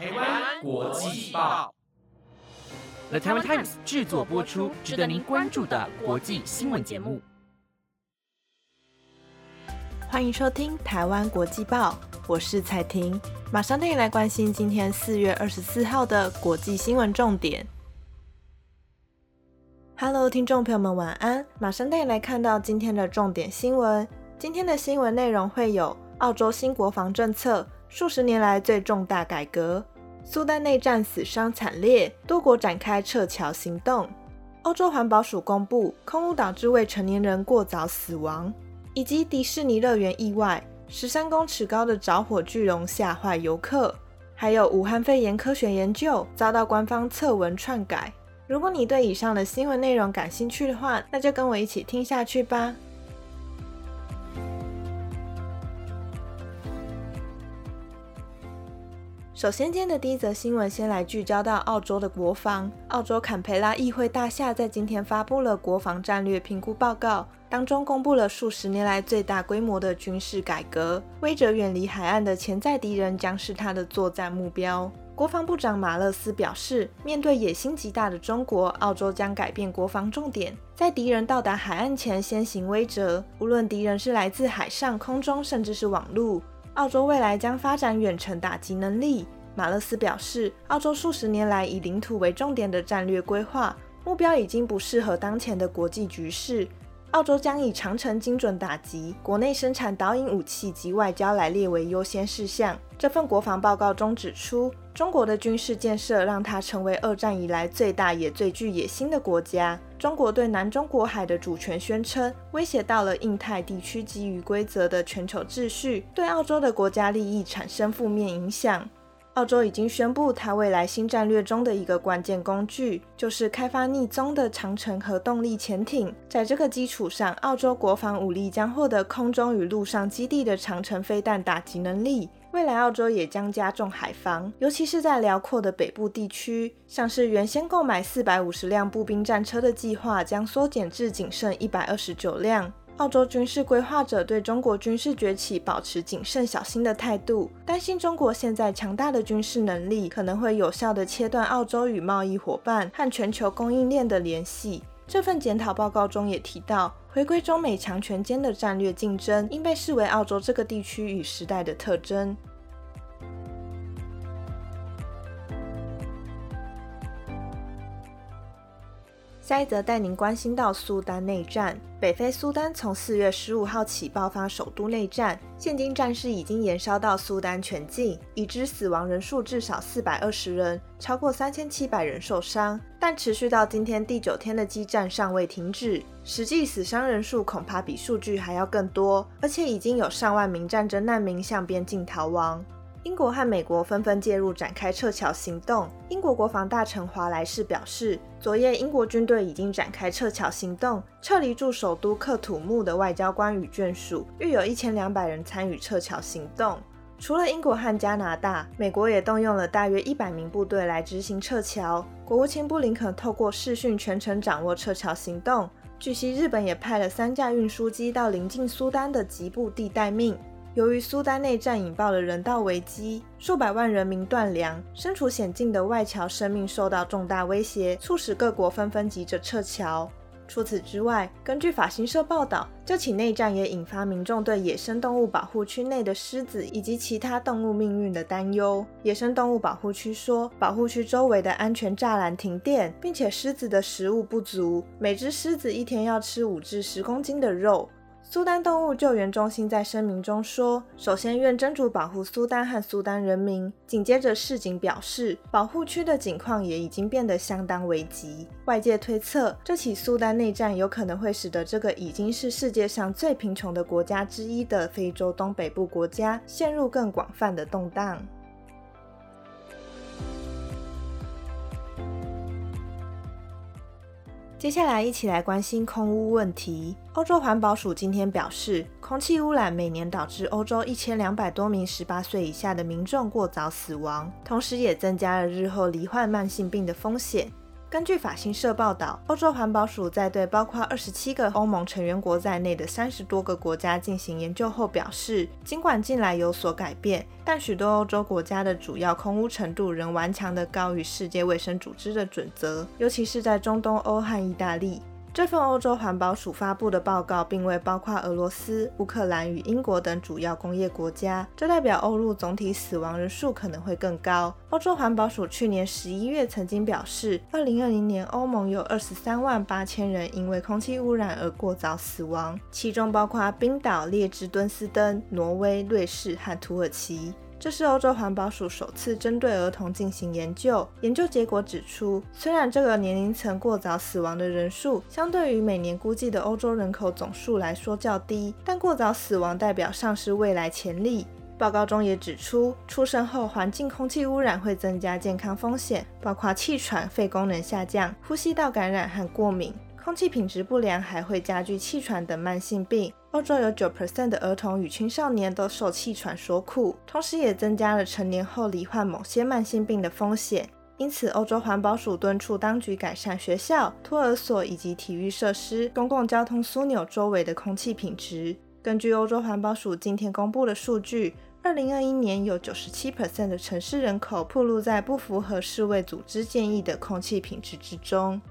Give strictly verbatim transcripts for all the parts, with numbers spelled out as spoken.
台湾国际报 The Taiwan Times 制作播出，值得您关注的国际新闻节目。 欢迎收听台湾国际报，我是彩婷，马上带你来关心今天四月二十四号的国际新闻重点。Hello， 听众朋友们晚安，马上带你来看到今天的重点新闻。今天的新闻内容会有澳洲新国防政策，数十年来最重大改革，苏丹内战死伤惨烈，多国展开撤侨行动，欧洲环保署公布空污导致未成年人过早死亡，以及迪士尼乐园意外，十三公尺高的着火巨龙吓坏游客，还有武汉肺炎科学研究遭到官方策文篡改。如果你对以上的新闻内容感兴趣的话，那就跟我一起听下去吧。首先，今天的第一则新闻先来聚焦到澳洲的国防。澳洲坎培拉议会大厦在今天发布了国防战略评估报告，当中公布了数十年来最大规模的军事改革，威慑远离海岸的潜在敌人将是他的作战目标。国防部长马勒斯表示，面对野心极大的中国，澳洲将改变国防重点，在敌人到达海岸前先行威慑，无论敌人是来自海上、空中，甚至是网路。澳洲未来将发展远程打击能力。马勒斯表示，澳洲数十年来以领土为重点的战略规划目标已经不适合当前的国际局势。澳洲将以长程精准打击、国内生产导引武器及外交来列为优先事项。这份国防报告中指出，中国的军事建设让它成为二战以来最大也最具野心的国家。中国对南中国海的主权宣称，威胁到了印太地区基于规则的全球秩序，对澳洲的国家利益产生负面影响。澳洲已经宣布，它未来新战略中的一个关键工具就是开发匿踪的长程核动力潜艇。在这个基础上，澳洲国防武力将获得空中与陆上基地的长程飞弹打击能力。未来澳洲也将加重海防，尤其是在辽阔的北部地区，像是原先购买四百五十辆步兵战车的计划将缩减至仅剩一百二十九辆。澳洲军事规划者对中国军事崛起保持谨慎小心的态度，担心中国现在强大的军事能力可能会有效地切断澳洲与贸易伙伴和全球供应链的联系。这份检讨报告中也提到，回归中美强权间的战略竞争应被视为澳洲这个地区与时代的特征。下一则带您关心到苏丹内战。北非苏丹从四月十五号起爆发首都内战，现今战事已经延烧到苏丹全境，已知死亡人数至少四百二十人，超过三千七百人受伤。但持续到今天第九天的激战尚未停止，实际死伤人数恐怕比数据还要更多，而且已经有上万名战争难民向边境逃亡。英国和美国纷纷介入展开撤侨行动。英国国防大臣华莱士表示，昨夜英国军队已经展开撤侨行动，撤离驻首都克土木的外交官与眷属，约有一千两百人参与撤侨行动。除了英国和加拿大，美国也动用了大约一百名部队来执行撤侨。国务卿布林肯透过视讯全程掌握撤侨行动。据悉，日本也派了三架运输机到邻近苏丹的吉布地待命。由于苏丹内战引爆了人道危机，数百万人民断粮，身处险境的外侨生命受到重大威胁，促使各国纷纷急着撤侨。除此之外，根据法新社报道，这起内战也引发民众对野生动物保护区内的狮子以及其他动物命运的担忧。野生动物保护区说，保护区周围的安全栅栏停电，并且狮子的食物不足，每只狮子一天要吃五至十公斤的肉。苏丹动物救援中心在声明中说，首先愿斟酌保护苏丹和苏丹人民，紧接着市警表示，保护区的景况也已经变得相当危急。外界推测，这起苏丹内战有可能会使得这个已经是世界上最贫穷的国家之一的非洲东北部国家陷入更广泛的动荡。接下来一起来关心空污问题。欧洲环保署今天表示，空气污染每年导致欧洲一千两百多名十八岁以下的民众过早死亡，同时也增加了日后罹患慢性病的风险。 根据法新社报道，欧洲环保署在对包括二十七个欧盟成员国在内的三十多个国家进行研究后表示，尽管近来有所改变，但许多欧洲国家的主要空污程度仍顽强地高于世界卫生组织的准则，尤其是在中东欧和意大利。这份欧洲环保署发布的报告并未包括俄罗斯、乌克兰与英国等主要工业国家，这代表欧陆总体死亡人数可能会更高。欧洲环保署去年十一月曾经表示，二零二零年欧盟有二十三万八千人因为空气污染而过早死亡，其中包括冰岛、列支敦斯登、挪威、瑞士和土耳其。这是欧洲环保署首次针对儿童进行研究。研究结果指出，虽然这个年龄层过早死亡的人数相对于每年估计的欧洲人口总数来说较低，但过早死亡代表丧失未来潜力。报告中也指出，出生后环境空气污染会增加健康风险，包括气喘、肺功能下降、呼吸道感染和过敏。空气品质不良还会加剧气喘等慢性病。欧洲有 百分之九 的儿童与青少年都受气喘所苦，同时也增加了成年后罹患某些慢性病的风险。因此，欧洲环保署敦促当局改善学校、托儿所以及体育设施、公共交通枢纽周围的空气品质。根据欧洲环保署今天公布的数据，二零二一年有 百分之九十七 的城市人口暴露在不符合世卫组织建议的空气品质之中。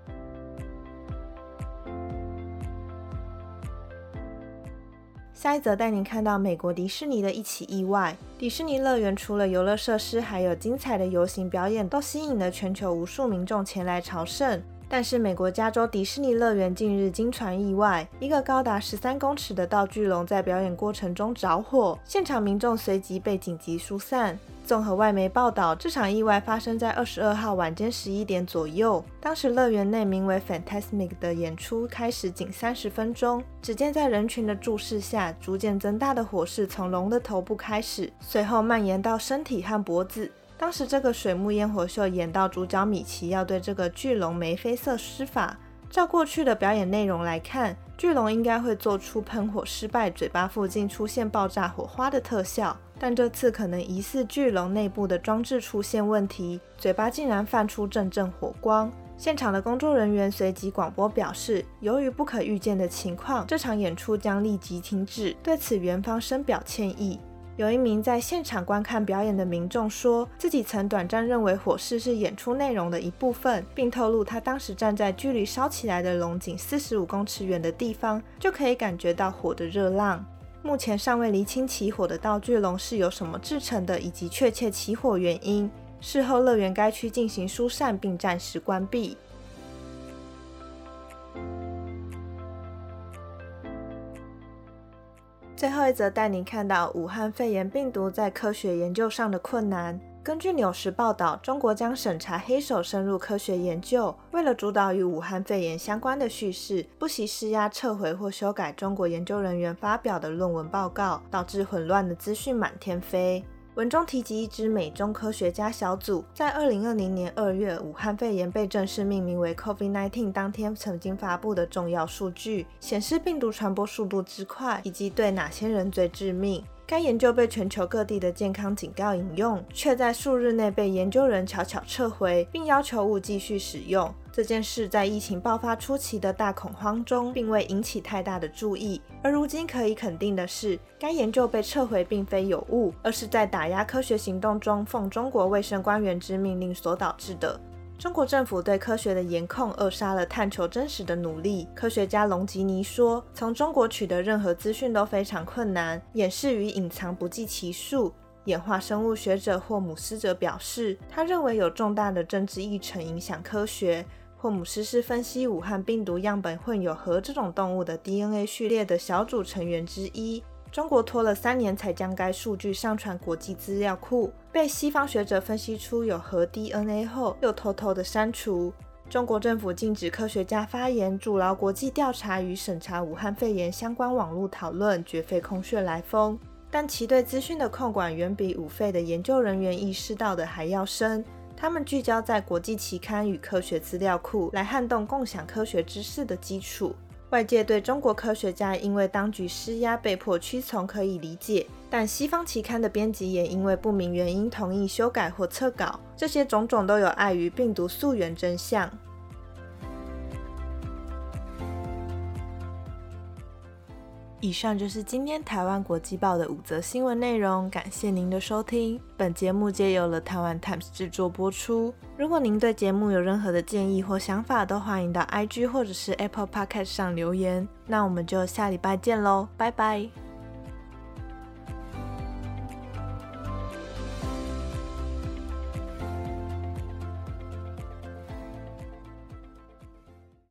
下一则带您看到美国迪士尼的一起意外。迪士尼乐园除了游乐设施，还有精彩的游行表演，都吸引了全球无数民众前来朝圣。但是美国加州迪士尼乐园近日惊传意外，一个高达十三公尺的道具龙在表演过程中着火，现场民众随即被紧急疏散。综合外媒报道，这场意外发生在二十二号晚间十一点左右。当时乐园内名为 Fantasmic 的演出开始仅三十分钟，只见在人群的注视下，逐渐增大的火势从龙的头部开始，随后蔓延到身体和脖子。当时这个水幕烟火秀演到主角米奇要对这个巨龙眉飞色施法。照过去的表演内容来看，巨龙应该会做出喷火失败，嘴巴附近出现爆炸火花的特效，但这次可能疑似巨龙内部的装置出现问题，嘴巴竟然泛出阵阵火光。现场的工作人员随即广播表示，由于不可预见的情况，这场演出将立即停止，对此园方深表歉意。有一名在现场观看表演的民众说，自己曾短暂认为火势是演出内容的一部分，并透露他当时站在距离烧起来的龙仅四十五公尺远的地方，就可以感觉到火的热浪。目前尚未厘清起火的道具龙是由什么制成的，以及确切起火原因。事后乐园该区进行疏散并暂时关闭。最后一则带您看到武汉肺炎病毒在科学研究上的困难。根据纽时报道，中国将审查黑手深入科学研究，为了主导与武汉肺炎相关的叙事，不惜施压撤回或修改中国研究人员发表的论文报告，导致混乱的资讯满天飞。文中提及一支美中科学家小组在二零二零年二月武汉肺炎被正式命名为 COVID 十九 当天曾经发布的重要数据，显示病毒传播速度之快以及对哪些人最致命。该研究被全球各地的健康警告引用，却在数日内被研究人悄悄撤回，并要求勿继续使用。这件事在疫情爆发初期的大恐慌中并未引起太大的注意，而如今可以肯定的是，该研究被撤回并非有误，而是在打压科学行动中奉中国卫生官员之命令所导致的。中国政府对科学的严控扼杀了探求真实的努力。科学家隆吉尼说，从中国取得任何资讯都非常困难，掩饰与隐藏不计其数。演化生物学者霍姆斯则表示，他认为有重大的政治议程影响科学。霍姆斯是分析武汉病毒样本混有和这种动物的 D N A 序列的小组成员之一。中国拖了三年才将该数据上传国际资料库，被西方学者分析出有核 D N A 后，又偷偷的删除。中国政府禁止科学家发言，阻挠国际调查与审查武汉肺炎相关网络讨论，绝非空穴来风。但其对资讯的控管远比武肺的研究人员意识到的还要深。他们聚焦在国际期刊与科学资料库，来撼动共享科学知识的基础。 外界对中国科学家因为当局施压被迫屈从可以理解，但西方期刊的编辑也因为不明原因同意修改或撤稿，这些种种都有碍于病毒溯源真相。以上就是今天台湾国际报的五则新闻内容，感谢您的收听。本节目皆由了台湾 Times 制作播出。如果您对节目有任何的建议或想法，都欢迎到 I G 或者是 Apple Podcast 上留言。那我们就下礼拜见咯，拜拜。